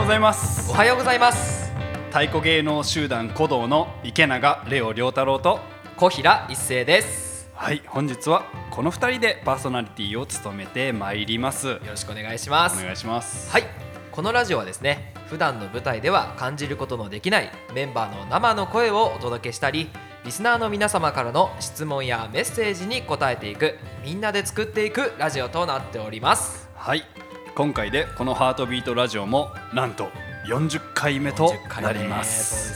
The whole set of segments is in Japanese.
ございます。 おはようございます。 太鼓芸能集団鼓動の池永レオ良太郎と小平一生です。 はい、本日はこの2人でパーソナリティを務めてまいります。よろしくお願いします。 お願いします。 はい、このラジオはですね、普段の舞台では感じることのできないメンバーの生の声をお届けしたり、リスナーの皆様からの質問やメッセージに答えていく、みんなで作っていくラジオとなっております。 はい、今回でこのハートビートラジオもなんと40回目となります。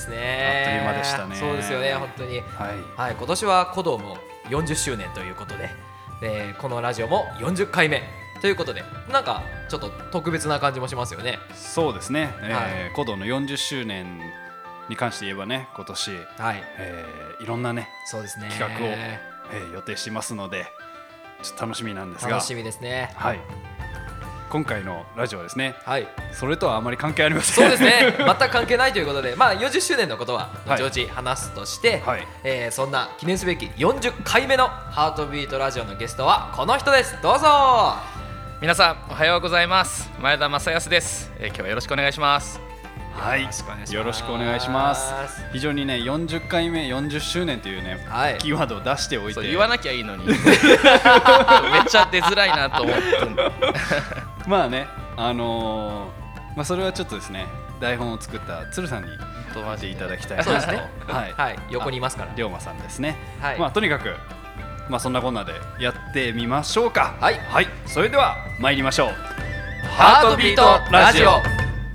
そうですね、 あっという間でしたね。 そうですよね、本当に。はい、今年は鼓動も40周年ということで、このラジオも40回目ということで、なんかちょっと特別な感じもしますよね。 そうですね、鼓動の40周年に関して言えばね、今年、いろんなね、 そうですね、 企画を、予定してますので、ちょっと楽しみなんですが、 楽しみですね。 はい、今回のラジオはですね、 はい、 それとはあまり関係ありません。 そうですね、全く関係ないということで、まあ40周年のことは後々話すとして、そんな記念すべき40回目のハートビートラジオのゲストはこの人です。どうぞ。 皆さんおはようございます。前田正康です。今日はよろしくお願いします。 はい、よろしくお願いします。非常にね、40回目40周年というね、キーワードを出しておいて、 言わなきゃいいのにめっちゃ出づらいなと思ってまあね、それはちょっとですね、台本を作った鶴さんに飛ばしていただきたいなと。 そうですね、はい、横にいますから、 龍馬さんですね。とにかくそんなこんなでやってみましょうか。はい、それでは参りましょう。 ハートビートラジオ。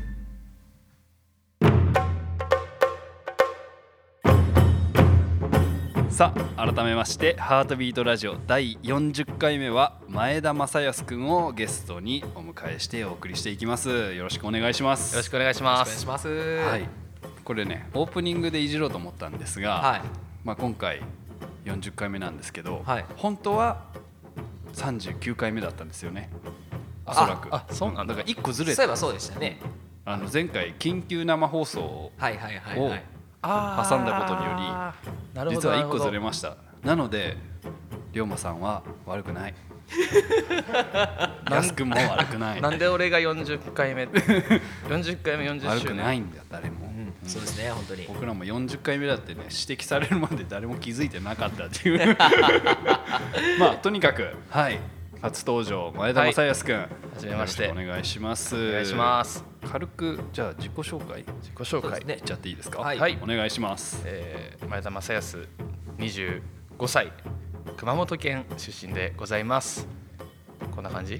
さあ、改めましてハートビートラジオ第40回目は前田正康くんをゲストにお迎えしてお送りしていきます。よろしくお願いします。 よろしくお願いします。 はい、これね、オープニングでいじろうと思ったんですが、今回40回目なんですけど、本当は39回目だったんですよね、おそらく。 そうなんだ。 だから1個ずれて、 そういえばそうでしたね。 前回緊急生放送を挟んだことにより実は1個ずれました。なので龍馬さんは悪くない安くんも悪くない。 なんで俺が40回目40回目40周年悪くないんだ、誰も。 そうですね、本当に僕らも40回目だってね、指摘されるまで誰も気づいてなかったっていうとにかく、初登場前田正康くん、はじめまして、 お願いします。 お願いします。 軽くじゃあ自己紹介いっちゃっていいですか。はい、お願いします。 前田正康、25歳、熊本県出身でございます。こんな感じ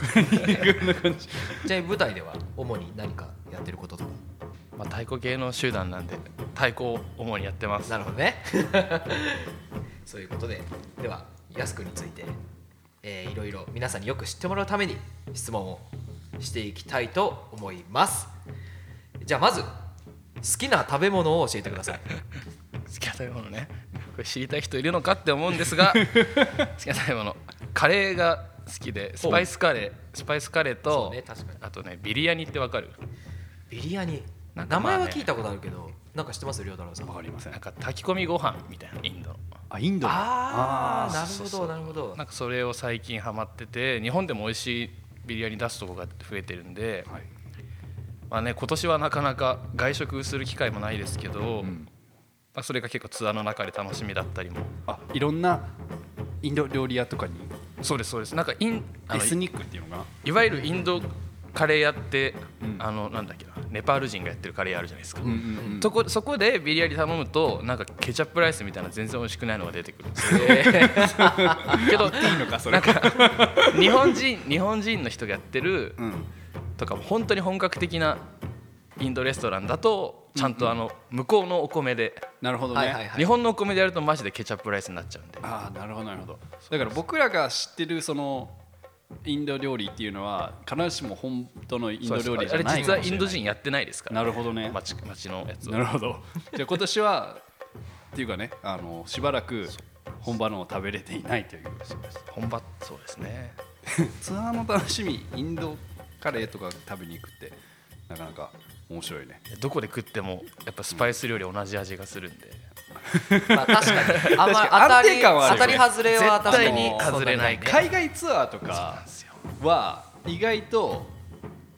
じゃあ舞台では主に何かやってることとか。 太鼓芸能集団なんで太鼓を主にやってます。 なるほどねそういうことで、では安くんについて、いろいろ皆さんによく知ってもらうために質問をしていきたいと思います。じゃあまず好きな食べ物を教えてください。 好きな食べ物ね、これ知りたい人いるのかって思うんですが好きな食べ物、カレーが好きで、スパイスカレーと、あとね、ビリヤニってわかる？ ビリヤニ、名前は聞いたことあるけど、なんか知ってます？亮太郎さん。 わかりません。 なんか炊き込みご飯みたいな、インドの。 インドの。 なるほどなるほど。 なんかそれを最近ハマってて、日本でも美味しいビリヤニ出すとこが増えてるんで、今年はなかなか外食する機会もないですけど、それが結構ツアーの中で楽しみだったりも。 いろんなインド料理屋とかに。 そうですそうです。なんかエスニックっていうのが、 いわゆるインドカレー屋って、なんだっけな、ネパール人がやってるカレー屋あるじゃないですか。そこでビリヤニ頼むと、なんかケチャップライスみたいな全然美味しくないのが出てくるんですよ。けどいいのかそれ。なんか日本人の人がやってるとか、本当に本格的なインドレストランだとちゃんと向こうのお米で。 なるほどね。 日本のお米でやるとマジでケチャップライスになっちゃうんで。 なるほどなるほど。だから僕らが知ってるそのインド料理っていうのは必ずしも本当のインド料理じゃないかもしれない。 あれ実はインド人やってないですから。 なるほどね。 町のやつを。 なるほど。じゃあ今年はっていうかね、しばらく本場のを食べれていないという。 本場、そうですねツアーの楽しみ、インドカレーとか食べに行くってなかなか面白いね。 どこで食ってもやっぱスパイス料理同じ味がするんで、 確かに当たり外れは絶対に外れない。 海外ツアーとかは意外と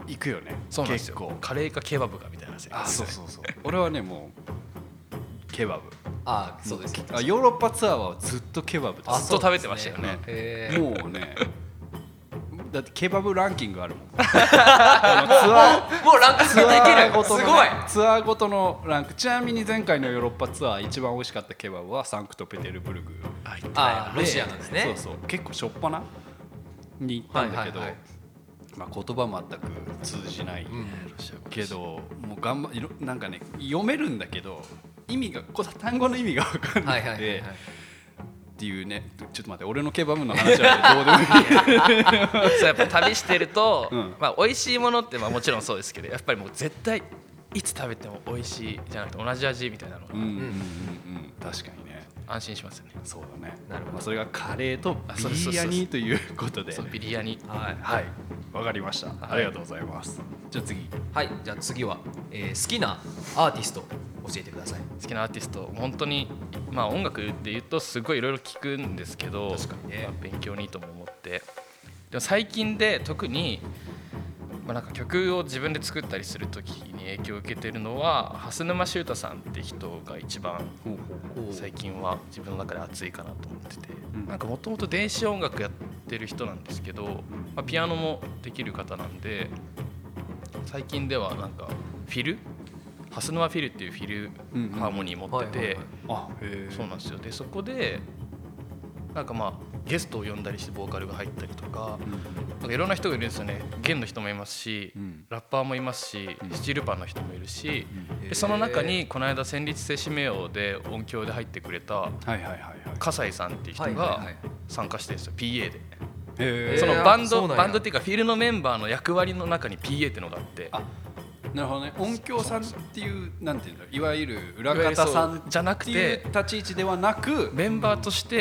行くよね。 そうなんですよ。結構カレーかケバブかみたいな生活ですね。そう俺はねもうケバブ。 そうです。 ヨーロッパツアーはずっとケバブです。 ずっと食べてましたよね。 もうねだってケバブランキングあるもん。ツアーもうランクできる。すごい。 ツアーごとのランク。ちなみに前回のヨーロッパツアー一番美味しかったケバブはサンクトペテルブルク。 ロシアなんですね。 そう結構しょっぱなに行ったんだけど、まあ言葉全く通じないけど、もうなんかね読めるんだけど意味が単語の意味が分かんなくて。っていうね、ちょっと待って俺のケバブの話はどうでもいい。 そうやっぱ旅してると、まあ美味しいものってまあもちろんそうですけど、やっぱりもう絶対いつ食べても美味しいじゃなくて同じ味みたいなのが確かにね安心しますよね。 そうだね。なるほど。それがカレーとビリヤニということで。 そうビリヤニ。 はいわかりました。ありがとうございます。じゃあ次。 じゃあ次は好きなアーティスト教えてください。 好きなアーティスト本当にまあ音楽で言うとすごいいろいろ聞くんですけど、 確かにね、 まあ、勉強にいいとも思って、でも最近で特にまあなんか曲を自分で作ったりするときに影響を受けてるのは蓮沼修太さんって人が一番最近は自分の中で熱いかなと思ってて、なんかもともと電子音楽やってる人なんですけど、まあ、ピアノもできる方なんで、最近ではなんか蓮沼フィルっていうフィルハーモニー持ってて、そうなんですよ。でそこでなんかまあゲストを呼んだりしてボーカルが入ったりとか、なんかいろんな人がいるんですよね。弦の人もいますし、ラッパーもいますし、スチールパンの人もいるし、でその中にこの間旋律性指名王で音響で入ってくれた笠井さんっていう人が参加してるんですよ、PA で。そのバンドっていうかフィルのメンバーの役割の中に PA っていうのがあって、 なるほどね。音響さんっていうなんていうんだろう、いわゆる裏方さんじゃなくて立ち位置ではなくメンバーとして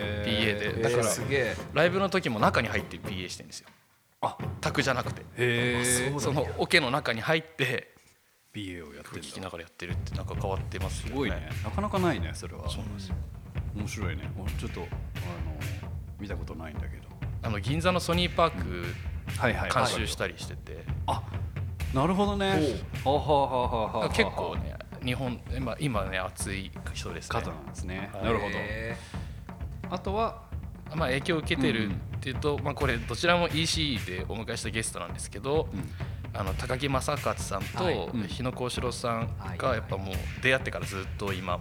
PA で、だからライブの時も中に入って PA してるんですよ。卓じゃなくて、そのオケの中に入って PA をやってるんだ。 聴きながらやってるってなんか変わってますよね。 すごいね。なかなかないねそれは。 そうなんですよ。 面白いね。ちょっと見たことないんだけど、銀座のソニーパーク監修したりしてて、 なるほどね。 結構ね日本今ね熱い人ですね。 方なんですね。なるほど。あとはまあ影響を受けてるっていうと、まあこれどちらも EC でお迎えしたゲストなんですけど、高木正勝さんと日野幸四郎さんがやっぱもう出会ってからずっと今も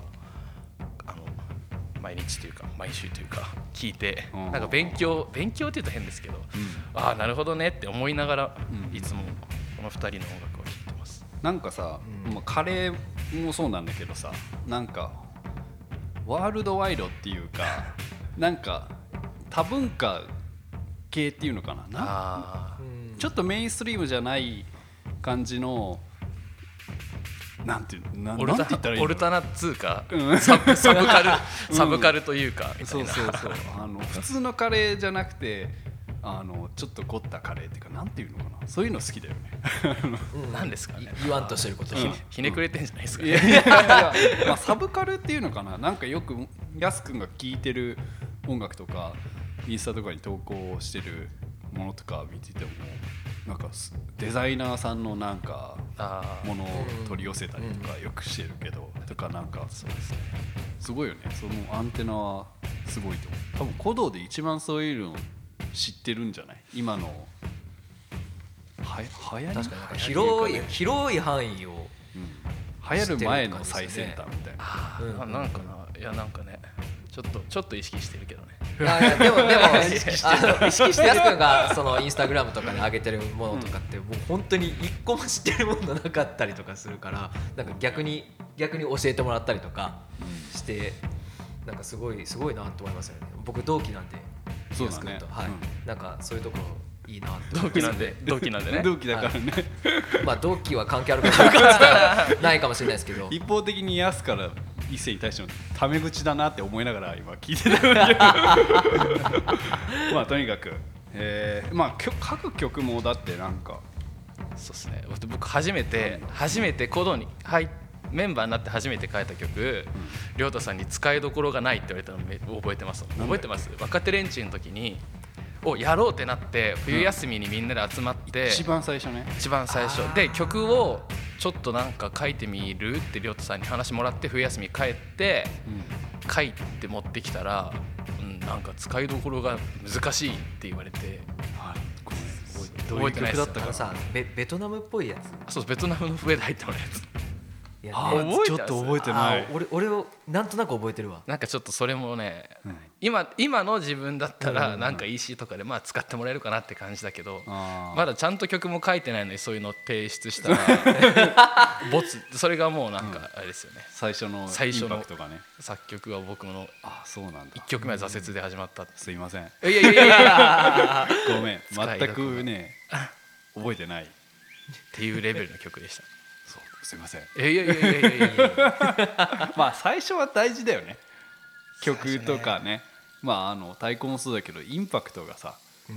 毎日というか毎週というか聞いて、なんか勉強って言うと変ですけど、なるほどねって思いながらいつもこの2人の音楽を聴いてます。 なんかさ、カレーもそうなんだけどさ、なんかワールドワイドっていうかなんか多文化系っていうのかな、ちょっとメインストリームじゃない感じのなんて言ったらいいの、 オルタナツーか、サブカルというかみたいな。 そう普通のカレーじゃなくてちょっと凝ったカレーっていうかなんていうのかな、そういうの好きだよね。 なんですかね、 言わんとしてること、 ひねくれてんじゃないですか。 いやサブカルっていうのかな、なんかよくやすくんが聴いてる音楽とかインスタとかに投稿してるものとか見てても、なんかデザイナーさんのなんかものを取り寄せたりとかよくしてるけど、とかなんかそうですね、すごいよね。そのアンテナはすごいと思う。多分鼓動で一番そういうの知ってるんじゃない、今の流行り。 確かになんか広い範囲を、 流行る前の最先端みたいな。 なんかな、いやなんかね、ちょっと意識してるけどね。 でも意識してやすくんがそのインスタグラムとかに上げてるものとかってもう本当に一個も知ってるものなかったりとかするから、なんか逆に教えてもらったりとかして、なんかすごいなと思いますよね。僕同期なんで、 そうだね、 なんかそういうところいいなって。 同期なんでね。 同期だからね。 まあ同期は関係あるかどうかないかもしれないですけど、 一方的にやすから一世に対してのタメ口だなって思いながら今聞いてたんだけどまあとにかく、各曲もだってなんかそうですね。僕初めてコドにメンバーになって初めて書いた曲、亮太さんに使いどころがないって言われたの覚えてます。覚えてます。若手連中の時にをやろうってなって冬休みにみんなで集まって、 一番最初ね、 一番最初で曲をちょっとなんか書いてみるってりょうたさんに話もらって、冬休み帰って書いて持ってきたら、なんか使いどころが難しいって言われて、 覚えてないです。 あのさ、ベトナムっぽいやつ。 そう、ベトナムの笛で入ってもらうやつ。 いやね、ちょっと覚えてない。 俺をなんとなく覚えてるわ。 なんかちょっとそれもね、今の自分だったらなんか EC とかでまあ使ってもらえるかなって感じだけど、まだちゃんと曲も書いてないのにそういうのを提出したらボツ、それがもうなんかあれですよね、 最初のインパクトがね。 作曲が僕の1曲目は挫折で始まった。 すいません、 いやごめん、全くね覚えてないっていうレベルの曲でした。 すいません。 いやまあ最初は大事だよね、曲とかね。まあ太鼓もそうだけどインパクトがさ、ね、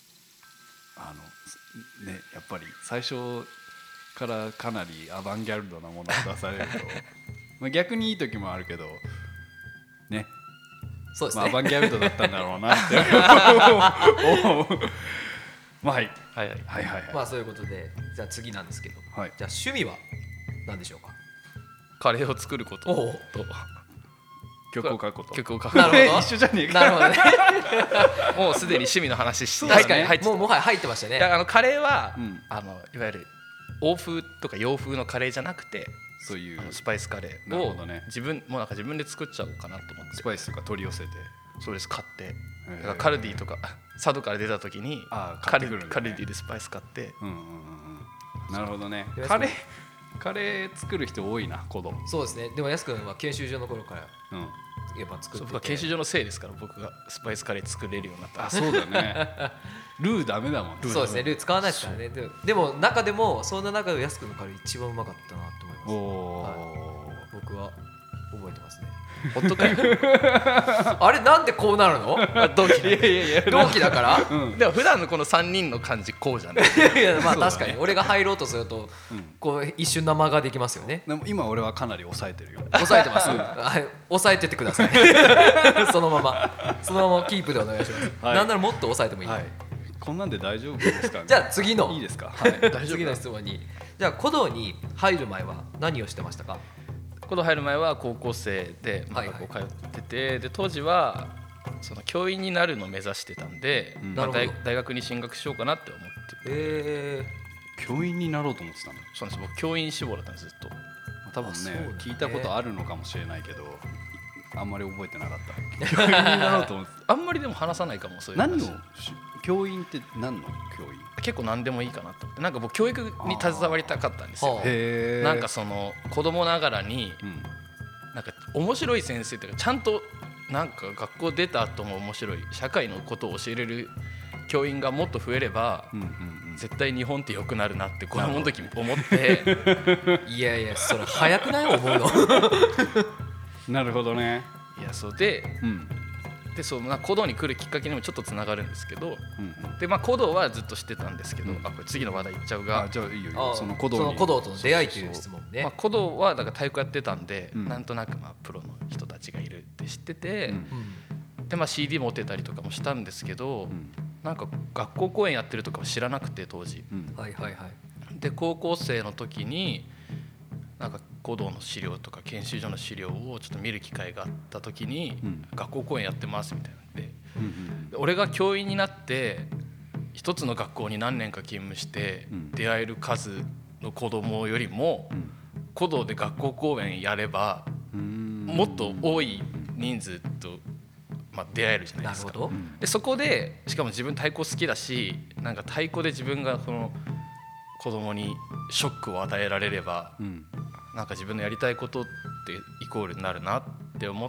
やっぱり最初からかなりアバンギャルドなものを出されるとまあ逆にいい時もあるけどね、 そうですね、 まあ、アバンギャルドだったんだろうなって思う。まあはいまあそういうことで、じゃあ次なんですけど、じゃあ趣味は何でしょうか。 カレーを作ることと曲を書くこと。 曲を書く。 なるほど。 一緒じゃねえか。 なるほどね。 もうすでに趣味の話して、 確かにもはや入ってましたね。 カレーは、いわゆる欧風とか洋風のカレーじゃなくて、 そういうスパイスカレーを自分で作っちゃおうかなと思って。 スパイスとか取り寄せて、 そうです、買って、だからカルディとか佐渡から出た時にカルディでスパイス買って。 なるほどね。カレー作る人多いな、子供。 そうですね。でもやすくんは研修所の頃からやっぱ作ってて、 研修所のせいですから、僕がスパイスカレー作れるようになった。 あ、そうだね。ルーダメだもん。 そうですね、ルー使わないですからね。でも中でもそんな中でやすくんのカレー一番うまかったなと思います。僕は覚えてますね。 本当かよ。 あれなんでこうなるの？同期だから？ でも普段のこの3人の感じこうじゃない。 いやまあ確かに俺が入ろうとするとこう一瞬生ができますよね。 でも今俺はかなり抑えてるよ。 抑えてます。抑えててください。そのままキープでお願いします。なんならもっと抑えてもいい。 こんなんで大丈夫ですか？ じゃあ次のいいですか？ 次の質問に。じゃあ古道に入る前は何をしてましたか？ 古道入る前は高校生で学校通ってて、で当時はその教員になるのを目指してたんで、大学に進学しようかなって思ってて。 教員になろうと思ってたの？ そうなんです。僕教員志望だったんです、ずっと。 多分ね、聞いたことあるのかもしれないけど、あんまり覚えてなかった。教員になろうと思ってあんまりでも話さないかも。そういう話。 何の教員って何の教員？ 結構何でもいいかなと。なんか僕教育に携わりたかったんですよ。なんかその子供ながらに、なんか面白い先生というか、ちゃんとなんか学校出た後も面白い社会のことを教えれる教員がもっと増えれば、絶対日本って良くなるなって子供の時思って。 いやいや、それ早くない思うの。 なるほどね。 いや、そうで、そう古道に来るきっかけにもちょっとつながるんですけど、で古道はずっと知ってたんですけど、これ次の話題いっちゃうが、 じゃあいいよ。その古道との出会いという質問ね。 古道はだから太鼓やってたんで、なんとなくプロの人たちがいるって知ってて、でCD 持ってたりとかもしたんですけど、なんか学校公演やってるとかは知らなくて当時。で高校生の時になんか古道の資料とか研修所の資料をちょっと見る機会があった時に、学校公演やってますみたいなんで、俺が教員になって一つの学校に何年か勤務して出会える数の子供よりも、古道で学校公演やればもっと多い人数と出会えるじゃないですか。でそこでしかも自分太鼓好きだし、なんか太鼓で自分がその子供にショックを与えられれば、なんか自分のやりたいことってイコールになるなって思った。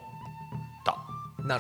なる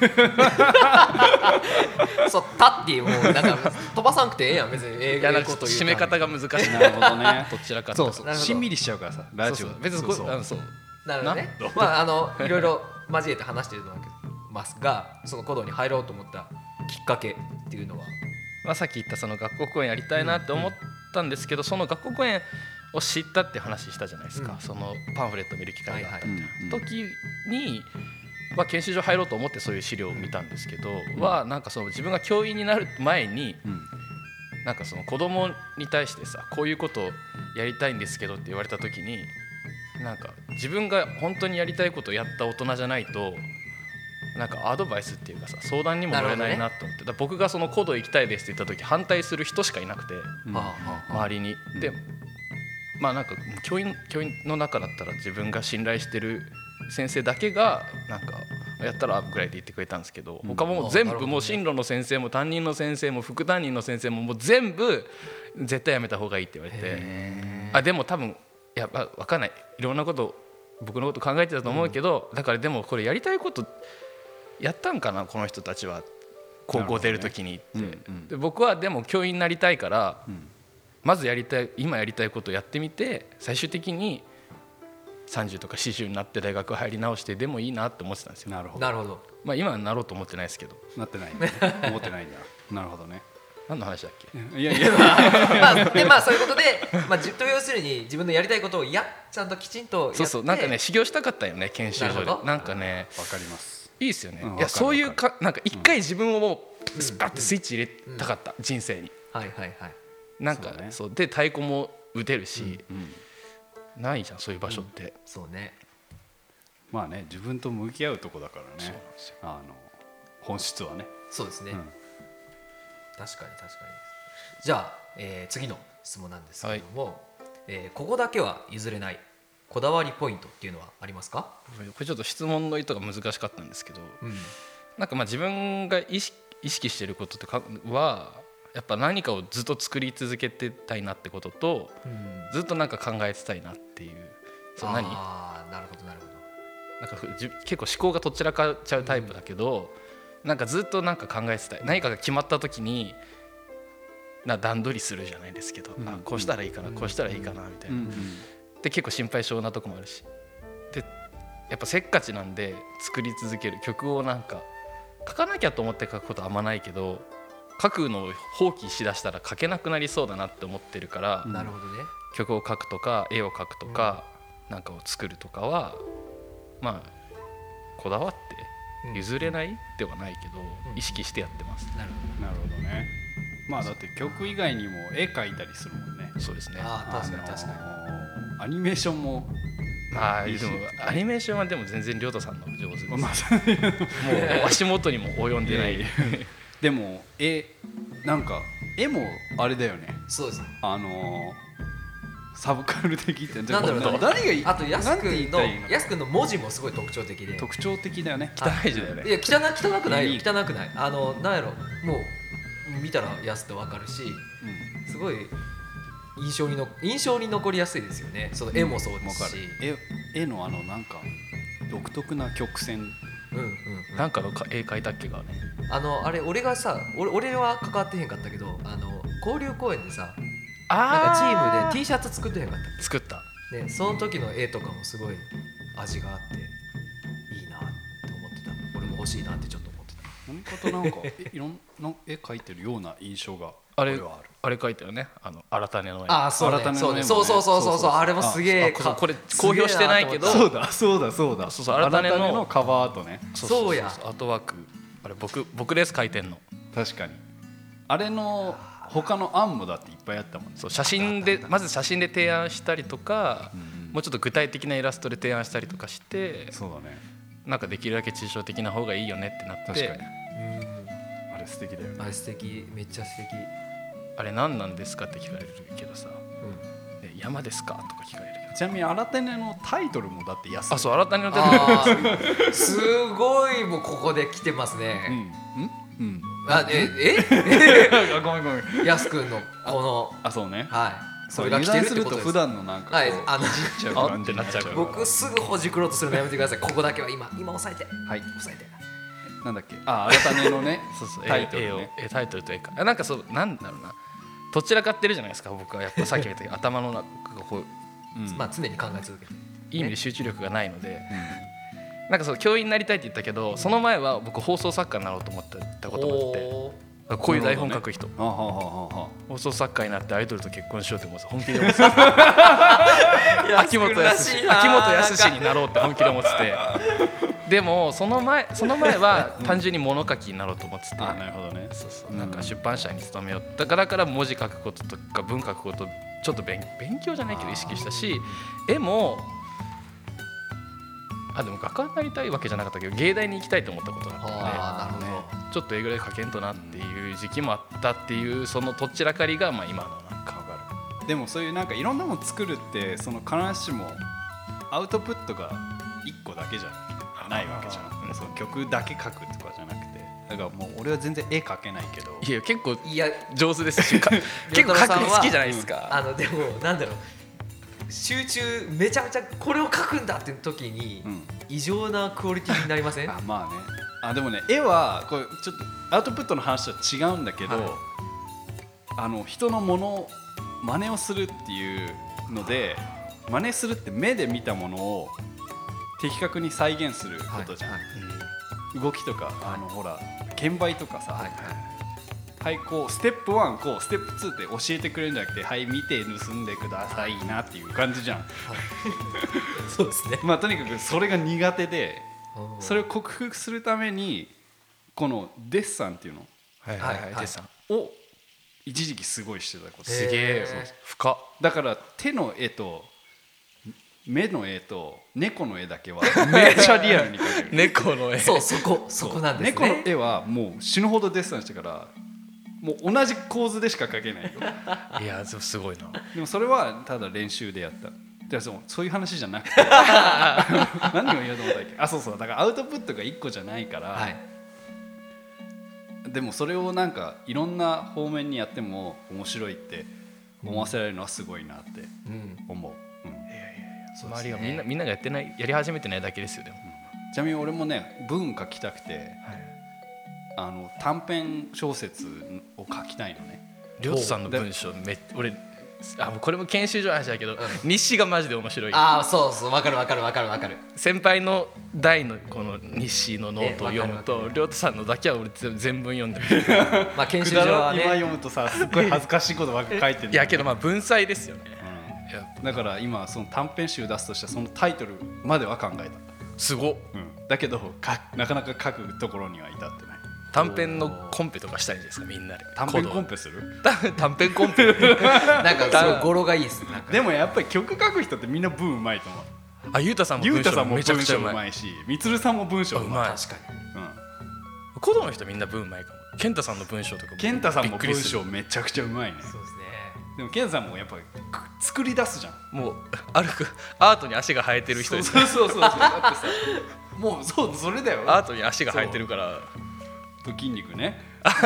ほど。そう、たっていうもうなんか飛ばさなくてええやん別に英語という締め方が難しい。 なるほどね。 どちらかと。 しんみりしちゃうからさ、ラジオ。 別にそう。 なるほどね。いろいろ交えて話してると思いますが、その古道に入ろうと思ったきっかけっていうのは、 さっき言ったその学校公演やりたいなって思ったんですけど、その学校公演を知ったって話したじゃないですか。そのパンフレット見る機会があったみたいな時に、 研修所入ろうと思ってそういう資料を見たんですけど、なんかその自分が教員になる前に、なんかその子供に対してさ、こういうことをやりたいんですけどって言われた時に、なんか自分が本当にやりたいことをやった大人じゃないとなんかアドバイスっていうかさ、相談にも乗れないなと思って、だ僕がその古道行きたいですって言った時反対する人しかいなくて、周りに。でなんか教員の中だったら自分が信頼してる先生だけがなんかやったらぐらいで言ってくれたんですけど、他も全部もう進路の先生も担任の先生も副担任の先生ももう全部絶対やめた方がいいって言われて、でも多分いや分かんない、いろんなこと僕のこと考えてたと思うけど、だからでもこれやりたいことやったんかなこの人たちは高校出る時にって、で僕はでも教員になりたいから、まず今やりたいことをやってみて、最終的に30とか40になって大学入り直してでもいいなって思ってたんですよ。 なるほど。 今はなろうと思ってないですけど。 なってないね。思ってないんだ。なるほどね。 何の話だっけ。 いやいやそういうことで、要するに自分のやりたいことをちゃんときちんとやって、 そうなんかね修行したかったよね、研修所で。なんかねわかります。 いいですよね。いやそういうなんか一回自分をもうスパッてスイッチ入れたかった、人生に。なんかそうで太鼓も打てるし、ないじゃんそういう場所って。 そうね。 まあね、自分と向き合うとこだからね。本質はね。 そうですね。確かに。じゃあ、次の質問なんですけども、ここだけは譲れないこだわりポイントっていうのはありますか？ これちょっと質問の意図が難しかったんですけど、なんか自分が意識してることとかはやっぱ何かをずっと作り続けてたいなってことと、ずっとなんか考えてたいなっていう。 なるほど。 なんか結構思考がとっちらかっちゃうタイプだけど、なんかずっとなんか考えてたい。何かが決まった時に段取りするじゃないですけど、こうしたらいいかな、こうしたらいいかなみたいな。で結構心配性なとこもあるし、でやっぱせっかちなんで作り続ける。曲をなんか書かなきゃと思って書くことあんまないけど、書くのを放棄しだしたら書けなくなりそうだなって思ってるから、 なるほどね。 曲を書くとか絵を描くとか、なんかを作るとかはこだわって譲れないではないけど、意識してやってます。 なるほどね。だって曲以外にも絵描いたりするもんね。 そうですね。 確かにアニメーションもでもアニメーションはでも全然亮太さんの上手です。もう足元にも及んでない。 でもなんか絵もあれだよね。 そうですね。 サブカル的ってなんだろうな。 誰がいい？ あとやすくんの文字もすごい特徴的で。 特徴的だよね。 汚い字だよね。 いや汚くないよ。汚くない。なんやろ、もう見たらやすってわかるし、すごい印象に残りやすいですよね。その絵もそうですし、 絵のなんか独特な曲線。 なんかの絵描いたっけがね。 あれ俺は関わってへんかったけど、交流公園でさ、なんかチームで T シャツ作ってへんかったっけ？ 作った。 でその時の絵とかもすごい味があっていいなって思ってた。俺も欲しいなってちょっと思ってた。 何かとなんかいろんな絵描いてるような印象があれ描いたよね。新たねの絵。 そうあれもすげえ。 これ公表してないけど。 そうだ新たねのカバーアートね。 そうや。アートワークあれ僕です描いてんの。 確かにあれの他の案もだっていっぱいあったもんね。 そうまず写真で提案したりとか、もうちょっと具体的なイラストで提案したりとかして、 そうだね。 なんかできるだけ抽象的な方がいいよねってなって。 確かに。あれ素敵だよね。 あれ素敵、めっちゃ素敵。 あれ何なんですかって聞かれるけどさ、山ですかとか聞かれるけど。 ちなみに新たねのタイトルもだって安い。 そう新たねのタイトルすごい。もうここで来てますね。ごめんやすくんのこのそうね。 それが来てるってことです。 油断すると普段のなんかいじっちゃう感じになっちゃうから。 僕すぐほじくろうとするのやめてください。ここだけは今押さえて。押さえて。 なんだっけ。新たねのね。タイトルね。 タイトルと絵か。なんかなんだろうな。どちらかってるじゃないですか。僕はやっぱさっき言ったように頭の中がこう常に考え続けて。 いい意味で集中力がないので。なんか教員になりたいって言ったけど、その前は僕放送作家になろうと思ってたことがあって、こういう台本書く人、放送作家になってアイドルと結婚しようって思って本気で思ってた。秋元康になろうって本気で思ってて、 でもその前は単純に物書きになろうと思ってて、 なるほどね。 そうなんか出版社に勤めよう、だから文字書くこととか文書くことちょっと勉強じゃないけど意識したし、絵もでも画家になりたいわけじゃなかったけど芸大に行きたいと思ったことがあって、ちょっと絵ぐらい描けんとなっていう時期もあったっていう、そのとっちらかりが今のなんか分かる。でもそういうなんかいろんなもの作るって、その必ずしもアウトプットが1個だけじゃないわけじゃん。その曲だけ書くとかじゃなくて、だからもう俺は全然絵描けないけど、 いや結構上手ですし結構描くの好きじゃないですか。 でもなんだろう、集中めちゃめちゃこれを描くんだっていう時に異常なクオリティになりません？ まあね。でもね、絵はこれちょっとアウトプットの話とは違うんだけど、人のもの真似をするっていうので、真似するって目で見たものを的確に再現することじゃん。動きとかほら鍵盤とかさ、こうステップ1こうステップ2って教えてくれるんじゃなくて、はい見て盗んでくださいなっていう感じじゃん。 そうですね。 とにかくそれが苦手で、それを克服するためにこのデッサンっていうの、 デッサンを一時期すごいしてたこと。 すげえ深っ。 だから手の絵と目の絵と猫の絵だけはめっちゃリアルに描ける。 猫の絵、 そこなんですね。 猫の絵はもう死ぬほどデッサンしてから、もう同じ構図でしか描けないよ。 いやすごいな。 でもそれはただ練習でやった。でそういう話じゃなくて何を言おうと思ったっけ。そうだからアウトプットが1個じゃないから、でもそれをなんかいろんな方面にやっても面白いって思わせられるのはすごいなって思う。 周りがみんながやり始めてないだけですよ。でもちなみに俺もね文書きたくて、短編小説を書きたいのね。 りょうとさんの文章俺これも研修所の話だけど、日誌がマジで面白い。 そう分かる。 先輩の代のこの日誌のノートを読むと、りょうとさんのだけは俺全文読んでる。 研修所はね、 今読むとさすっごい恥ずかしいことばっか書いてる。 いやけど文才ですよね。 だから今その短編集出すとしたらそのタイトルまでは考えた。 すごっ。 だけどなかなか書くところには至ってない。 短編のコンペとかしたいんですか、みんなで。 短編コンペする？ 短編コンペなんかすごい語呂がいいですね。 でもやっぱり曲書く人ってみんな文うまいと思う。 ゆうたさんも文章めちゃくちゃうまいし、みつるさんも文章うまい。 確かに。 古道の人みんな文うまいかも。健太さんの文章とかも。 健太さんも文章めちゃくちゃうまいね。 そうですね。 でも健太さんもやっぱり作り出すじゃん。 もう歩くアートに足が生えてる人です。 そうだってさ、もうそれだよ。 アートに足が生えてるから筋肉ね。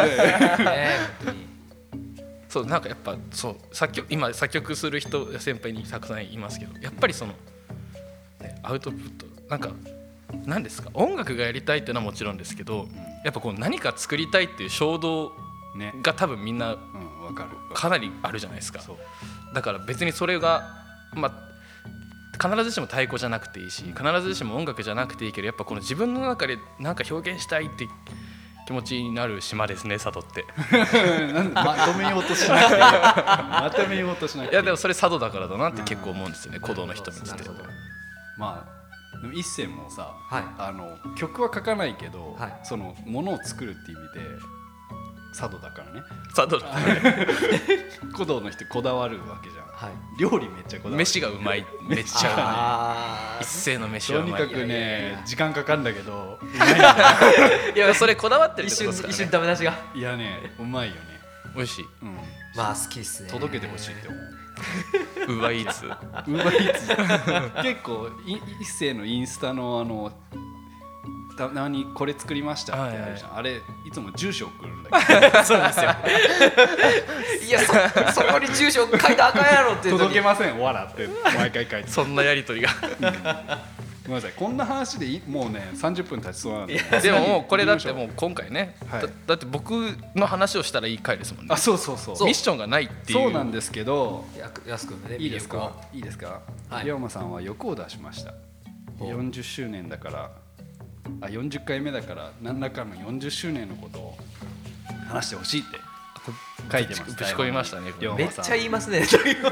そうなんかやっぱそう今作曲する人先輩にたくさんいますけど、やっぱりその、アウトプットなんか何ですか、音楽がやりたいっていうのはもちろんですけど、やっぱこう何か作りたいっていう衝動が多分みんなかなりあるじゃないですか。だから別にそれが必ずしも太鼓じゃなくていいし、必ずしも音楽じゃなくていいけど、やっぱこの自分の中で何か表現したいって気持ちになる島ですね、佐渡って。 まとめようとしなくてまとめようとしなくていやでもそれ佐渡だからだなって結構思うんですよね、古道の人見てて。 でも一世もさ、曲は書かないけど、そのものを作るっていう意味で佐渡だからね。 佐渡だ古道の人こだわるわけじゃん。料理めっちゃこだわる。 飯がうまい、めっちゃうまい。一世の飯はうまい。 とにかくね時間かかるんだけどうまい。いやそれこだわってるってことですからね。 一瞬ダメ出しが。 いやねうまいよね。 美味しい。 まあ好きっすね。 届けてほしいって思う。 ウーバーイーツ結構一世のインスタのたまにこれ作りましたってあるじゃん。あれいつも住所送るんだけど。 そうですよ。いやそこに住所書いたらあかんやろって届けませんわらって毎回書いて。 そんなやり取りが。 ごめんなさい、こんな話でもうね30分経ちそうなんで。 でももうこれだってもう今回ね、だって僕の話をしたらいい回ですもんね。 そうミッションがないっていう。 そうなんですけど、 やすくんね、 いいですか龍馬さんは欲を出しました。40周年だから40回目だから何らかの40周年のことを話してほしいって書いてます。 ぶち込みましたね。 めっちゃ言いますね。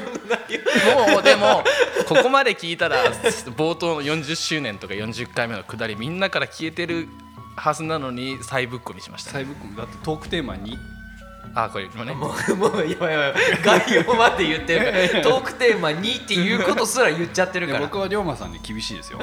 もうでもここまで聞いたら冒頭の40周年とか40回目のくだりみんなから消えてるはずなのに再ぶっこみしました、 再ぶっこみだってトークテーマにこれねもうやばい概要まで言ってるからトークテーマ2っていうことすら言っちゃってるから僕は龍馬さんに厳しいですよ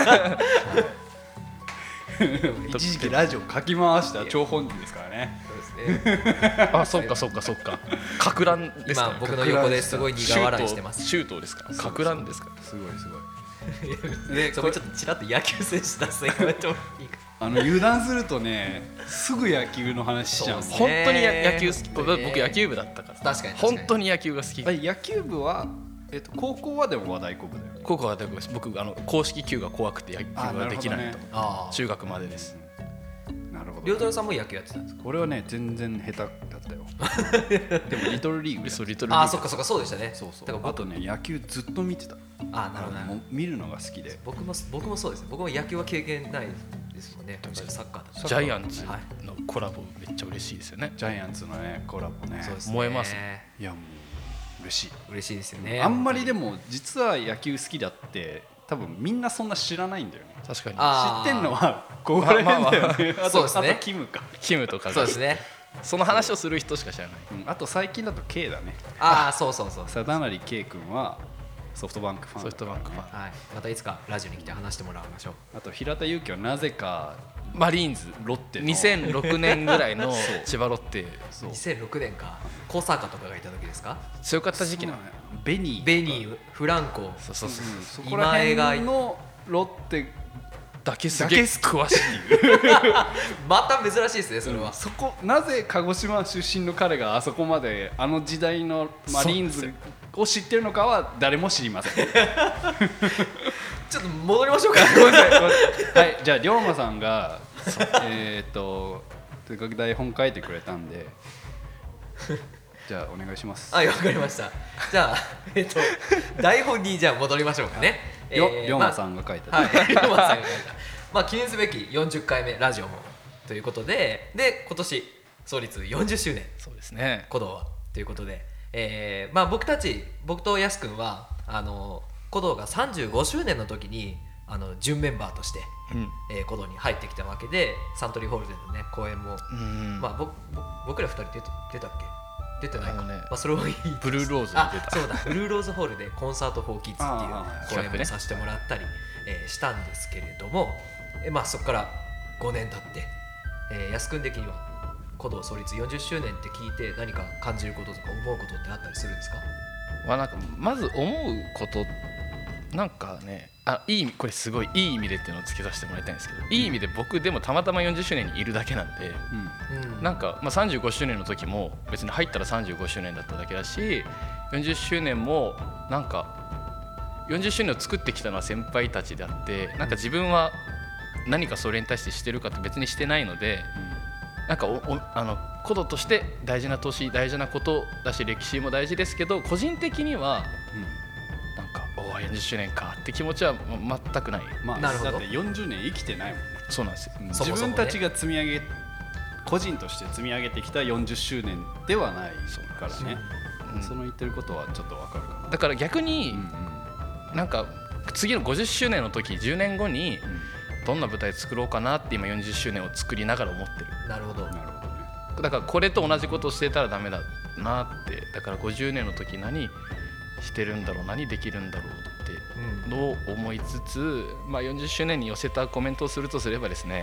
一時期ラジオ書き回した張本人ですからね。 そうですね。 そっかかく乱ですか、 今僕の横ですごい苦笑いしてます。 シュートですか、かく乱ですか。 すごいでそこちょっとちらっと野球選手出すやめてもいいか。 油断するとねすぐ野球の話しちゃうんです。 本当に野球好き。僕野球部だったから確かに本当に野球が好き。 野球部は高校はでも和太鼓部だよね。 高校は和太鼓です。僕公式球が怖くて野球ができないと、中学までです。 なるほど。 亮太郎さんも野球やってたんですか。 俺はね全然下手だったよでもリトルリーグ。 そうリトルリーグ。 そっかそうでしたね。 そうだからあとね野球ずっと見てた。 なるほどね。 もう見るのが好きで。 僕もそうですね。僕も野球は経験ないですもんね。サッカーだ。 ジャイアンツのコラボめっちゃ嬉しいですよね。 ジャイアンツのねコラボね。 燃えます。 いやもう嬉しいですよね。 あんまりでも実は野球好きだって多分みんなそんな知らないんだよね。 確かに知ってんのはここら辺だよね。 そうですね。 あとキムとかそうですね。 その話をする人しか知らない。 あと最近だと K だね。 そう貞成 K 君はソフトバンクファン。 ソフトバンクファン。 またいつかラジオに来て話してもらいましょう。 あと平田祐希はなぜかマリーンズロッテの 2006年ぐらいの千葉ロッテ。 2006年か。小坂とかがいた時ですか。 強かった時期なの。 ベニー、フランコ、 そこら辺のロッテだけすげえ詳しいっていうまた珍しいですねそれは。 なぜ鹿児島出身の彼があそこまで時代のマリーンズを知ってるのかは誰も知りませんちょっと戻りましょうかごめんなさい。はい、じゃあ龍馬さんがとにかく台本書いてくれたんでじゃあお願いします。 わかりました。じゃあ台本にじゃあ戻りましょうかね。 龍馬さんが書いた。 龍馬さんが書いた。記念すべき40回目ラジオもということで、今年創立40周年。 そうですね。 鼓動はということで、僕とやすくんは鼓動が35周年の時に準メンバーとして、鼓動に入ってきたわけで、サントリーホールでのね公演も、僕ら2人出たっけ。出てないか。それはいい。 ブルーローズに出た。 そうだ。ブルーローズホールでコンサートフォーキッズっていう公演をさせてもらったりしたんですけれども、そこから5年経って、やすくん的には鼓動創立40周年って聞いて何か感じることとか思うことってあったりするんですか。 なんかまず思うことなんかね、これすごいいい意味でっていうのをつけさせてもらいたいんですけど、いい意味で僕でもたまたま40周年にいるだけなんで、なんか35周年の時も別に入ったら35周年だっただけだし、40周年もなんか40周年を作ってきたのは先輩たちであって、なんか自分は何かそれに対してしてるかって別にしてないので、なんか鼓動として大事な年大事なことだし歴史も大事ですけど、個人的にはなんか40周年かって気持ちは全くない。 なるほど。 だって40年生きてないもんね。 そうなんですよ。 自分たちが積み上げ個人として積み上げてきた40周年ではないからね。その言ってることはちょっとわかるかな。 だから逆になんか次の50周年の時10年後にどんな舞台作ろうかなって今40周年を作りながら思ってる。 なるほど。 だからこれと同じことをしてたらダメだなって。だから50年の時何してるんだろう、何できるんだろうってのを思いつつ、40周年に寄せたコメントをするとすればですね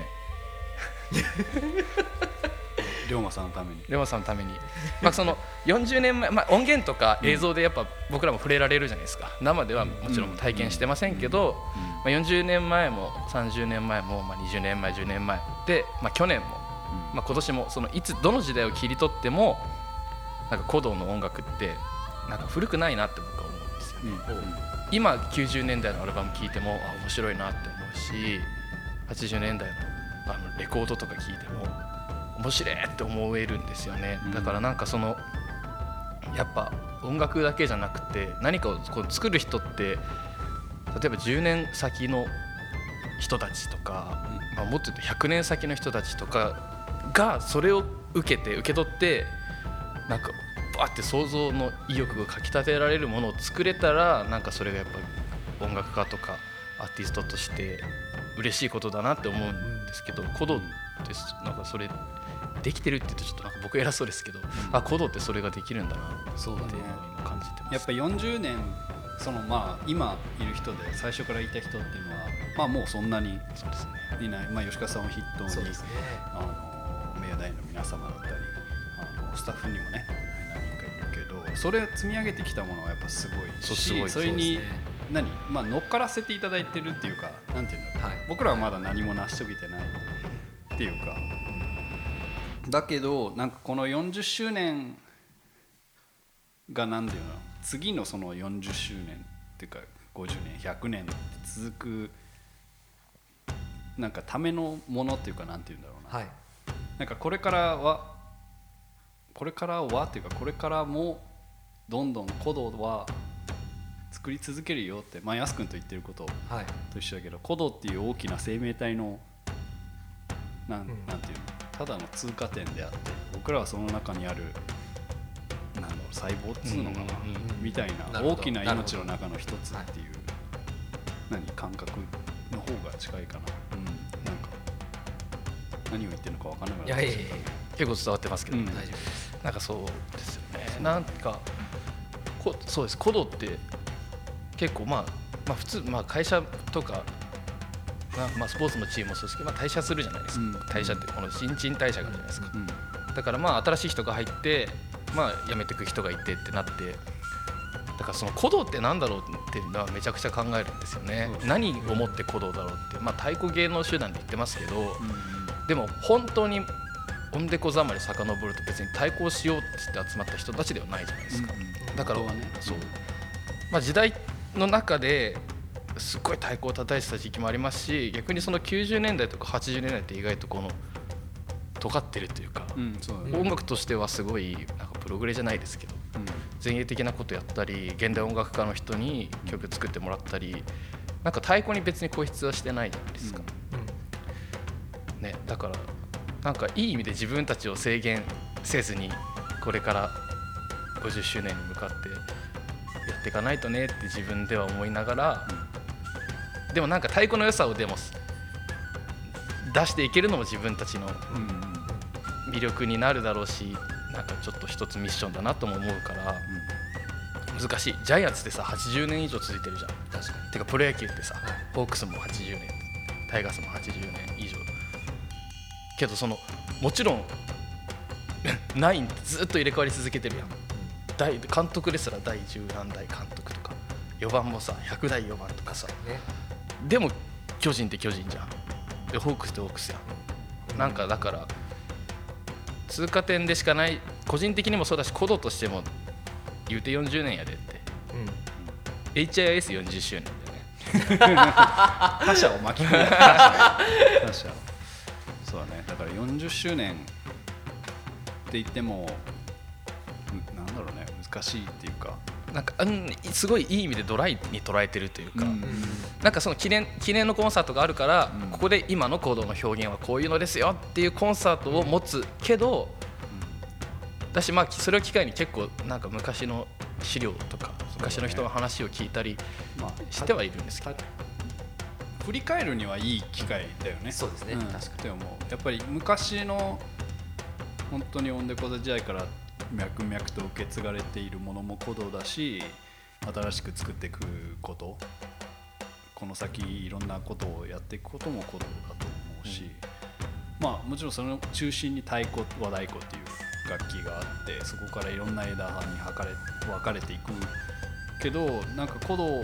龍馬さんのために龍馬さんのためにその40年前、音源とか映像でやっぱ僕らも触れられるじゃないですか。生ではもちろん体験してませんけど、40年前も30年前も、20年前10年前で、去年も、今年もそのいつどの時代を切り取ってもなんか鼓動の音楽ってなんか古くないなって僕は思うんですよね。今90年代のアルバム聴いても面白いなって思うし、80年代のレコードとか聴いても面白いって思えるんですよね。だからなんかそのやっぱ音楽だけじゃなくて何かをこう作る人って例えば10年先の人たちとか、もっと言うと100年先の人たちとかがそれを受け取ってなんかバーって想像の意欲がかきたてられるものを作れたらなんかそれがやっぱり音楽家とかアーティストとして嬉しいことだなって思うんですけど、鼓動ってなんかそれできてるって言うとちょっとなんか僕偉そうですけど、鼓動ってそれができるんだなっていうのを今感じてます。 やっぱ40年今いる人で最初からいた人っていうのはもうそんなにいない、吉川さんを筆頭に、名誉大の皆様だったりスタッフにもね何人かいるけど、それ積み上げてきたものはやっぱすごいし、それに乗っからせていただいてるっていうか、なんていうんだろう、僕らはまだ何も成し遂げてないっていうか、だけどなんかこの40周年がなんていうの、次のその40周年っていうか50年100年って続くなんかためのものっていうか、なんていうんだろうな、なんかこれからはっていうか、これからもどんどん鼓動は作り続けるよって、やすくんと言ってることと一緒だけど、鼓動っていう大きな生命体のなんていうの、ただの通過点であって、僕らはその中にある細胞っつうのかな、みたいな大きな命の中の一つっていう、感覚の方が近いかな。なんか何を言ってるのか分からなくなっちゃう。 結構伝わってますけど、大丈夫です。なんかそうですよね。なんかそうです。鼓動って結構普通会社とかスポーツのチームもそうですけど、退社するじゃないですか。退社ってこの新陳代謝があるじゃないですか。だから新しい人が入って辞めていく人がいてってなって、だからその鼓動ってなんだろうっていうのはめちゃくちゃ考えるんですよね。何をもって鼓動だろうって、太鼓芸能集団で言ってますけど、でも本当におんでこざまり遡ると別に太鼓をしようって集まった人たちではないじゃないですか。だから時代の中ですっごい太鼓を叩いてた時期もありますし、逆にその90年代とか80年代って意外とこの尖ってるというか、音楽としてはすごいなんかプログレじゃないですけど、前衛的なことやったり、現代音楽家の人に曲作ってもらったり、なんか太鼓に別に固執はしてないじゃないですか、だからなんかいい意味で自分たちを制限せずにこれから50周年に向かってやっていかないとねって自分では思いながら、でもなんか太鼓の良さをでも出していけるのも自分たちの魅力になるだろうし、なんかちょっと一つミッションだなとも思うから、難しい。ジャイアンツってさ80年以上続いてるじゃん。確かに。てかプロ野球ってさ、ホークスも80年、タイガースも80年以上けど、そのもちろんナインってずっと入れ替わり続けてるやん。監督ですら第10何代監督とか、4番もさ100代4番とかさ、でも巨人って巨人じゃん。でホークスってホークスやん。なんかだから通過点でしかない、個人的にもそうだし鼓動としても言うて40年やでって、HIS40 周年だよね。 他者を巻き込む。他者そうだね。だから40周年って言ってもなんだろうね、難しいっていうか、 なんかすごいいい意味でドライに捉えてるというか、なんかその記念のコンサートがあるから、ここで今の鼓動の表現はこういうのですよっていうコンサートを持つけど、だしそれを機会に結構なんか昔の資料とか昔の人の話を聞いたりしてはいるんですけど、 振り返るにはいい機会だよね。 そうですね、確かに。 でもやっぱり昔の本当にオンデコザ時代から脈々と受け継がれているものも鼓動だし、新しく作っていくこと、この先いろんなことをやっていくことも鼓動だと思うし、もちろんその中心に太鼓和太鼓っていう楽器があって、そこからいろんな枝葉に分かれていくけど、なんか鼓動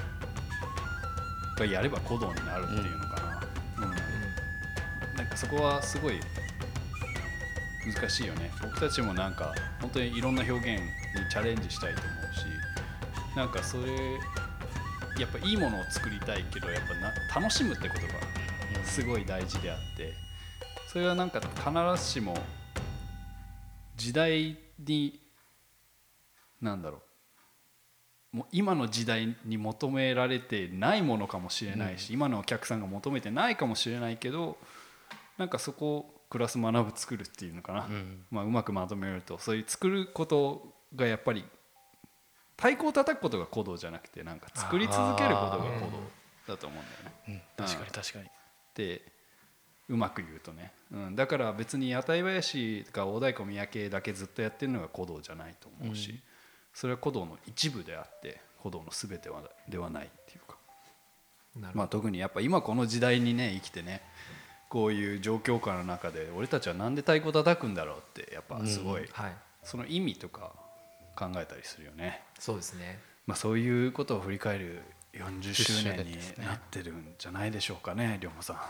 がやれば鼓動になるっていうのかな、なんかそこはすごい難しいよね。僕たちもなんか本当にいろんな表現にチャレンジしたいと思うし、なんかそれやっぱいいものを作りたいけど、やっぱ楽しむってことがすごい大事であって、それはなんか必ずしも時代になんだろう、もう今の時代に求められてないものかもしれないし、今のお客さんが求めてないかもしれないけど、なんかそこをクラス学ぶ作るっていうのかな、うまくまとめると、そういう作ることがやっぱり太鼓を叩くことが鼓動じゃなくてなんか作り続けることが鼓動だと思うんだよね。 確かに確かに。 でうまく言うとね、だから別に屋台林とか大太鼓三宅だけずっとやってるのが鼓動じゃないと思うし、それは鼓動の一部であって鼓動の全てではないっていうか、まあ、特にやっぱ今この時代にね生きてねこういう状況下の中で俺たちはなんで太鼓叩くんだろうってやっぱすごい、その意味とか考えたりするよね。 そうですね、 まあ、そういうことを振り返る40周年になってるんじゃないでしょうかね、龍馬さん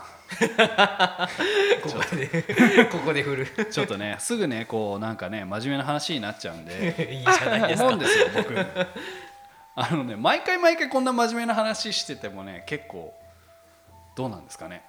ここで振るちょっとねすぐねこうなんかね真面目な話になっちゃうんでいいじゃないですか思うんですよ僕毎回こんな真面目な話しててもね結構どうなんですかね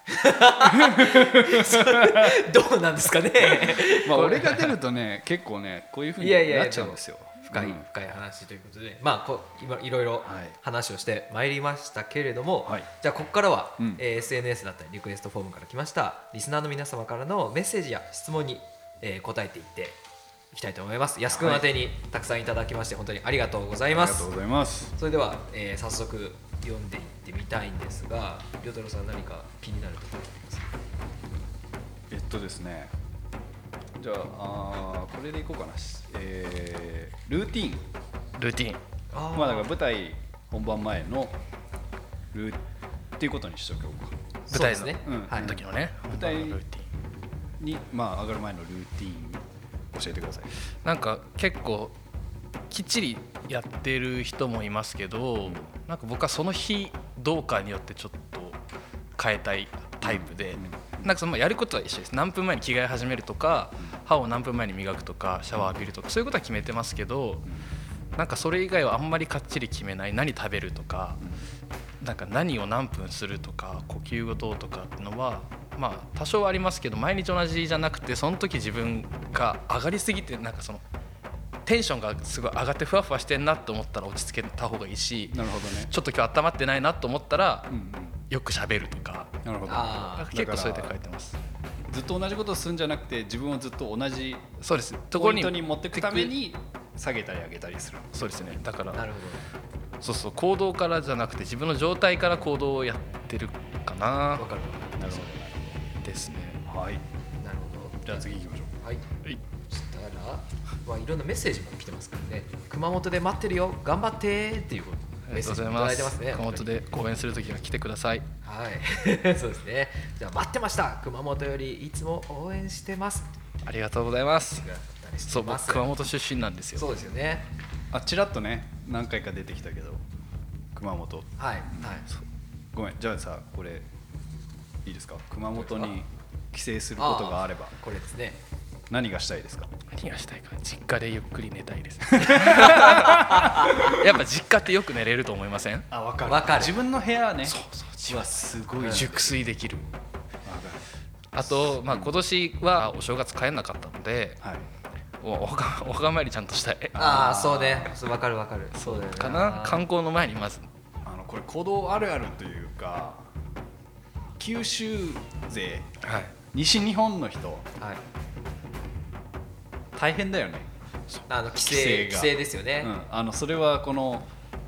どうなんですかねまあ俺が出るとね結構ねこういう風になっちゃうんですよ。 深い話ということで、まあ今いろいろ話をしてまいりましたけれども、じゃあここからは、SNS だったりリクエストフォームから来ましたリスナーの皆様からのメッセージや質問に、答えていっていきたいと思います。安くん宛てにたくさんいただきまして本当にありがとうございます。 ありがとうございます。 それでは、早速読んでいってみたいんですが、りょうたろうさん何か気になるところありますか？ ですね、じゃあこれでいこうかな。ルーティンまあだから舞台本番前のっていうことにしとこうか。 舞台のね、時のね舞台にまあ上がる前のルーティン教えてください。 なんか結構きっちりやってる人もいますけど、なんか僕はその日どうかによってちょっと変えたいタイプで、なんかそのやることは一緒です。何分前に着替え始めるとか、歯を何分前に磨くとか、シャワー浴びるとか、そういうことは決めてますけど、なんかそれ以外はあんまりかっちり決めない。何食べるとか、なんか何を何分するとか、呼吸ごととかっていうのはまあ多少ありますけど、毎日同じじゃなくて、その時自分が上がりすぎてなんかそのテンションがすごい上がってふわふわしてんなと思ったら落ち着けた方がいいし、 なるほどね、 ちょっと今日温まってないなと思ったら、よく喋るとか。 なるほど。 結構そうやって書いてます。 ずっと同じことをするんじゃなくて、自分をずっと同じそうですポイントに持っていくために下げたり上げたりする。 そうですね。だからなるほど。そう行動からじゃなくて自分の状態から行動をやってるかな。 わかる。 なるほどですね。 はい。 なるほど。 じゃあ次行きましょう。 はい。そしたら、まあいろんなメッセージも来てますからね。熊本で待ってるよ、頑張ってっていうメッセージいただいてますね。 熊本で公演するときは来てください。 はい。そうですね。じゃあ待ってました。熊本よりいつも応援してます。 ありがとうございます。そう僕熊本出身なんですよ。 そうですよね。 ちらっとね何回か出てきたけど熊本。 はい。 ごめん、じゃあさこれいいですか。熊本に帰省することがあればこれですね。 何がしたいですか。 何がしたいか。実家でゆっくり寝たいですやっぱ実家ってよく寝れると思いません？ わかる。自分の部屋ね。 そうはすごい熟睡できる。あとまあ今年はお正月帰んなかったので、お墓参りちゃんとしたい。 そうね。わかる。そうだよね。 かな。観光の前にまずこれ行動あるあるというか、九州勢、西日本の人、大変だよね。 帰省ですよね。 それはこの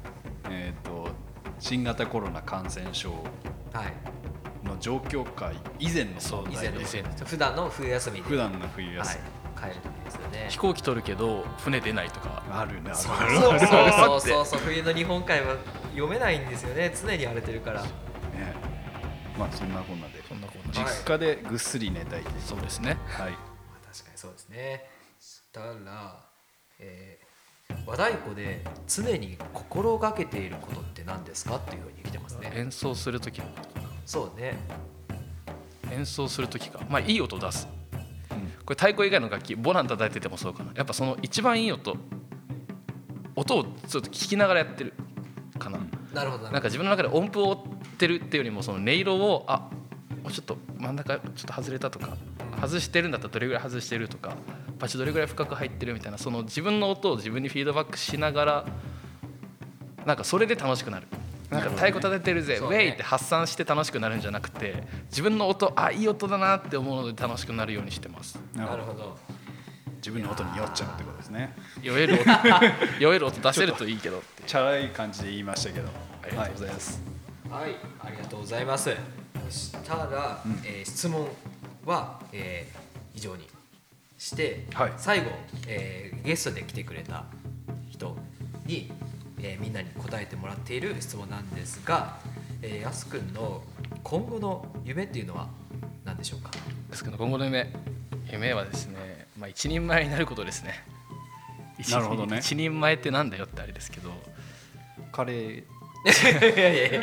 新型コロナ感染症の状況下以前の問題で、 普段の冬休み帰る時ですよね。 飛行機取るけど船出ないとかあるね。 そう冬の日本海は読めないんですよね。常に荒れてるから。 まあそんなこんなで実家でぐっすり寝たいです。 そうですね。 はい。確かにそうですね。したら和太鼓で常に心がけていることって何ですかっていうふうに来てますね。 演奏するときのことかな。 そうね。 演奏するときか。まあいい音を出す。これ太鼓以外の楽器ボラン叩いててもそうかな。やっぱその一番いい音をちょっと聞きながらやってるかな。 なるほど。 なんか自分の中で音符を追ってるっていうよりもその音色をもうちょっと真ん中ちょっと外れたとか、外してるんだったらどれぐらい外してるとか、パチどれぐらい深く入ってるみたいな、その自分の音を自分にフィードバックしながら、なんかそれで楽しくなる。なんか太鼓叩いてるぜ、ウェイって発散して楽しくなるんじゃなくて、自分の音いい音だなって思うので楽しくなるようにしてます。 なるほど。 自分の音に酔っちゃうってことですね。 酔える音出せるといいけどってチャラい感じで言いましたけど、ありがとうございます。 はい、ありがとうございます。そしたら、質問は、以上にして、はい、最後、ゲストで来てくれた人に、みんなに答えてもらっている質問なんですが、やすくんの今後の夢っていうのは何でしょうか。 やすくんの今後の夢はですね、一人前になることですね。 なるほどね。 一人前ってなんだよってあれですけど、 カレーいやいやいや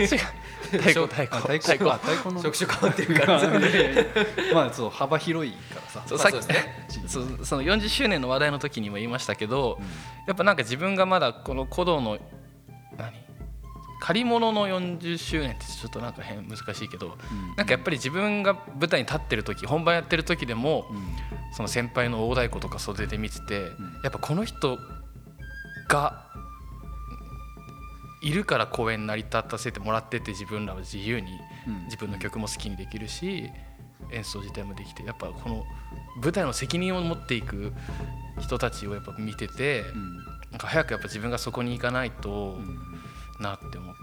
太鼓の職種変わってるからまあそう幅広いからさ、 そうさっきね、その40周年の話題の時にも言いましたけど、やっぱなんか自分がまだこの鼓動の借り物の40周年ってちょっとなんか難しいけど、なんかやっぱり自分が舞台に立ってる時、本番やってる時でも、その先輩の大太鼓とか袖で見てて、やっぱこの人がいるから公演成り立たせてもらってて、自分らは自由に自分の曲も好きにできるし、演奏自体もできて、やっぱこの舞台の責任を持っていく人たちをやっぱ見てて、なんか早くやっぱ自分がそこに行かないとなって思って、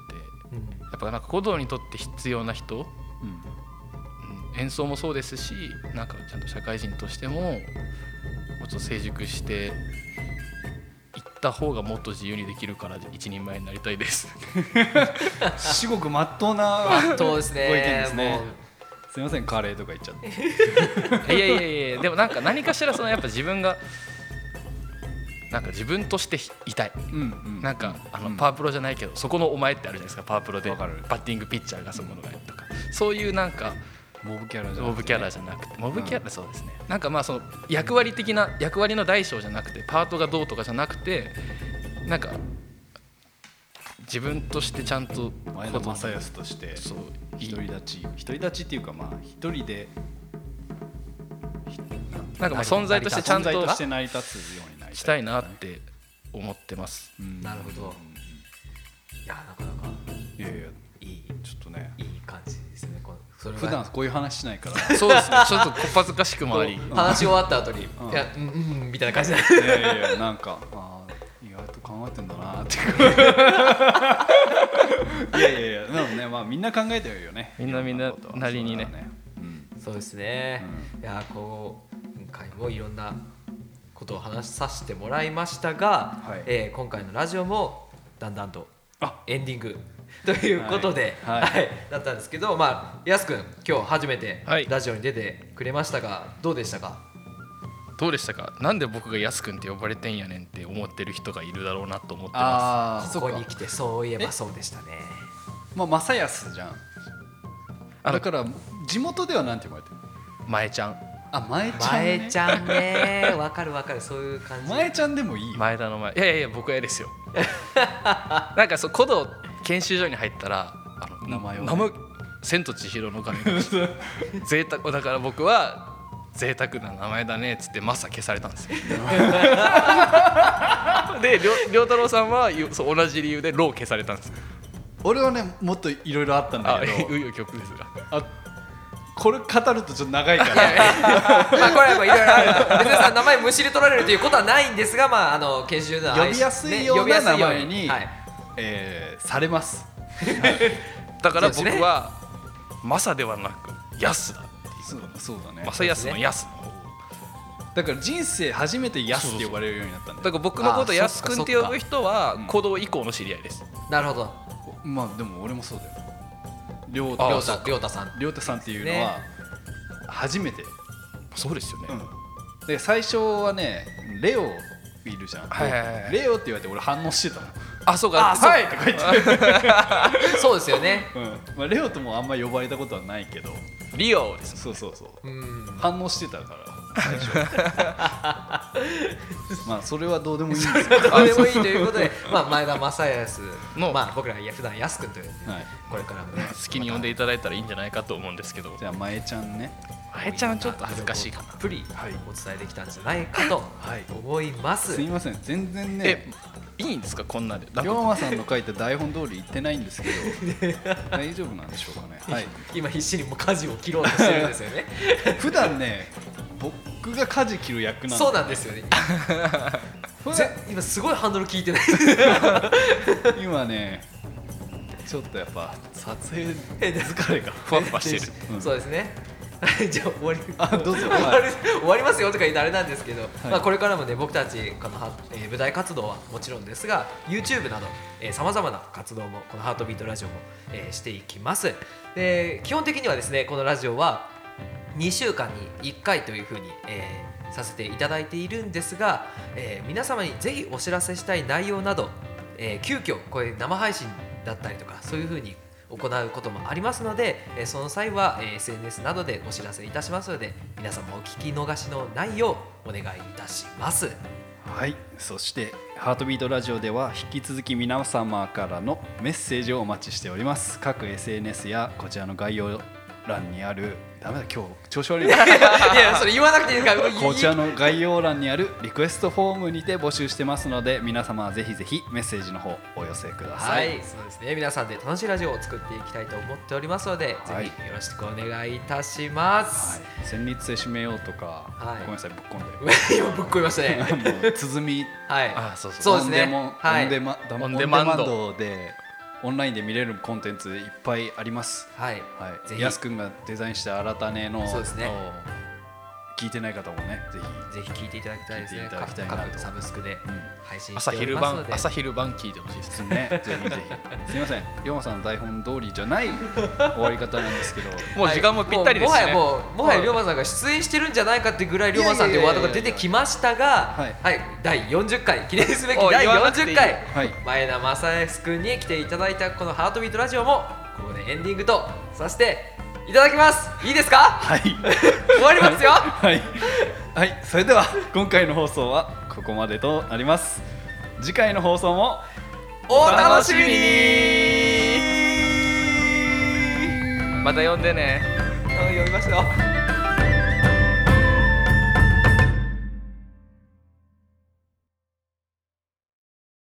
やっぱなんか鼓動にとって必要な人、演奏もそうですし、なんかちゃんと社会人としてももうちょっと成熟して行った方がもっと自由にできるから一人前になりたいです至極真っ当なご意見ですね。 すみません、カレーとか言っちゃっていやでもなんか何かしらそのやっぱ自分がなんか自分としていたい、なんかパワープロじゃないけど、そこのお前ってあるじゃないですか、パワープロでバッティングピッチャーがそこのがとか、そういうなんかモブキャラじゃなくて、モブキャラ、そうですね、なんかまあその役割の大小じゃなくて、パートがどうとかじゃなくて、なんか自分としてちゃんと前田正康として独り立ちっていうか、まあ一人でなんかまあ存在としてちゃんと成り立つようになりしたいなって思ってます。 なるほど。いや、なかなかいい、 ちょっとね、 いい感じですね。 普段こういう話しないからそうですね、ちょっとこっぱずかしくもあり話し終わった後に、いや、みたいな感じで、 いやなんか意外と考えてんだなっていやでもね、まあみんな考えてるよね、 みんななりにね。 そうですね。いや、今回もいろんなことを話させてもらいましたが、今回のラジオもだんだんとエンディングということで、だったんですけど、まあやすくん今日初めてラジオに出てくれましたが、どうでしたか？ なんで僕がやすくんって呼ばれてんやねんって思ってる人がいるだろうなと思ってます。 ここに来てそういえばそうでしたね。 まあ正康じゃん。だから地元ではなんて呼ばれてる？ 前ちゃん。 前ちゃんね、わかるそういう感じ。 前ちゃんでもいいよ。 前田の前。いや僕は嫌ですよなんか鼓動研修所に入ったら名前を、 千と千尋の神隠し贅沢だから、僕は贅沢な名前だねっつってマサ消されたんですよで亮太郎さんは同じ理由でロー消されたんですよ。 俺はね、もっといろいろあったんだけど、 紆余曲折ですが、 これ語るとちょっと長いからこれはいろいろある。別に名前むしり取られるということはないんですが、まあ研修では呼びやすいような名前にされます。 だから僕はマサではなくヤスだっていう。 そうだね。 マサヤスのヤスの方。 だから人生初めてヤスって呼ばれるようになったんだ。 だから僕のことヤス君って呼ぶ人は鼓動以降の知り合いです。 なるほど。 まあでも俺もそうだよ。 亮太さんっていうのは初めて。 そうですよね。 で最初はね、レオいるじゃん。レオって言われて俺反応してたの。 そうか。 はいとか言ってそうですよね。 まあレオともあんまり呼ばれたことはないけど、 リオです。 そう反応してたから最初まあそれはどうでもいいんですどうでもいいということで、前田正康の僕ら普段やすくんというこれからもね好きに呼んでいただいたらいいんじゃないかと思うんですけど。 じゃあ前ちゃんね。 前ちゃんちょっと恥ずかしいかな。 たっぷりお伝えできたんじゃないかと思います。 すみません、全然ね。 いいんですかこんなで。 龍馬さんの書いた台本通り言ってないんですけど大丈夫なんでしょうかね。 今必死にもう舵を切ろうとしてるんですよね普段ね僕が舵切る役なんで、 そうなんですよね今すごいハンドル効いてない今ねちょっとやっぱ撮影疲れがふわふわしてる、 そうですねじゃあ終わりどうぞ終わりますよとか言ってあれなんですけど、まあ、これからもね僕たちこの舞台活動はもちろんですが YouTube などさまざまな活動もこのハートビートラジオもしていきます。で基本的にはですねこのラジオは2週間に1回というふうにさせていただいているんですが、皆様にぜひお知らせしたい内容など、急遽これ生配信だったりとかそういうふうに行うこともありますので、その際は SNS などでお知らせいたしますので皆様お聞き逃しのないようお願いいたします。 はい、そしてハートビートラジオでは引き続き皆様からのメッセージをお待ちしております。各 SNS やこちらの概要欄にあるダメだ今日調子悪いないやそれ言わなくていいからこちらの概要欄にあるリクエストフォームにて募集してますので皆様はぜひぜひメッセージの方お寄せください。 はい、そうですね。皆さんで楽しいラジオを作っていきたいと思っておりますので、はい、ぜひよろしくお願いいたします。 はい、旋律で締めようとか、はい、ごめんなさいぶっ込んで今ぶっ込みましたねもう鼓はい、 そうですね。 オンデマンドでオンラインで見れるコンテンツいっぱいあります。 はい。 はい。やすくんがデザインした新たねの、 そうですね。 聞いてない方もね、 ぜひ聞いていただきたいですね。各サブスクで配信しておりますので、朝昼晩聞いてほしいですね。ぜひぜひ。すみません、龍馬さんの台本通りじゃない終わり方なんですけど、 もう時間もぴったりですね。 もはや龍馬さんが出演してるんじゃないかってぐらい龍馬さんというワードが出てきましたが、はい。第40回記念すべき第40回前田正康君に来ていただいたこのハートビートラジオもここでエンディングとさせていただきます。いいですか？ はい。 終わりますよ。 はい。はい。それでは今回の放送はここまでとなります。次回の放送もお楽しみに。 また呼んでね。 呼びましたよ。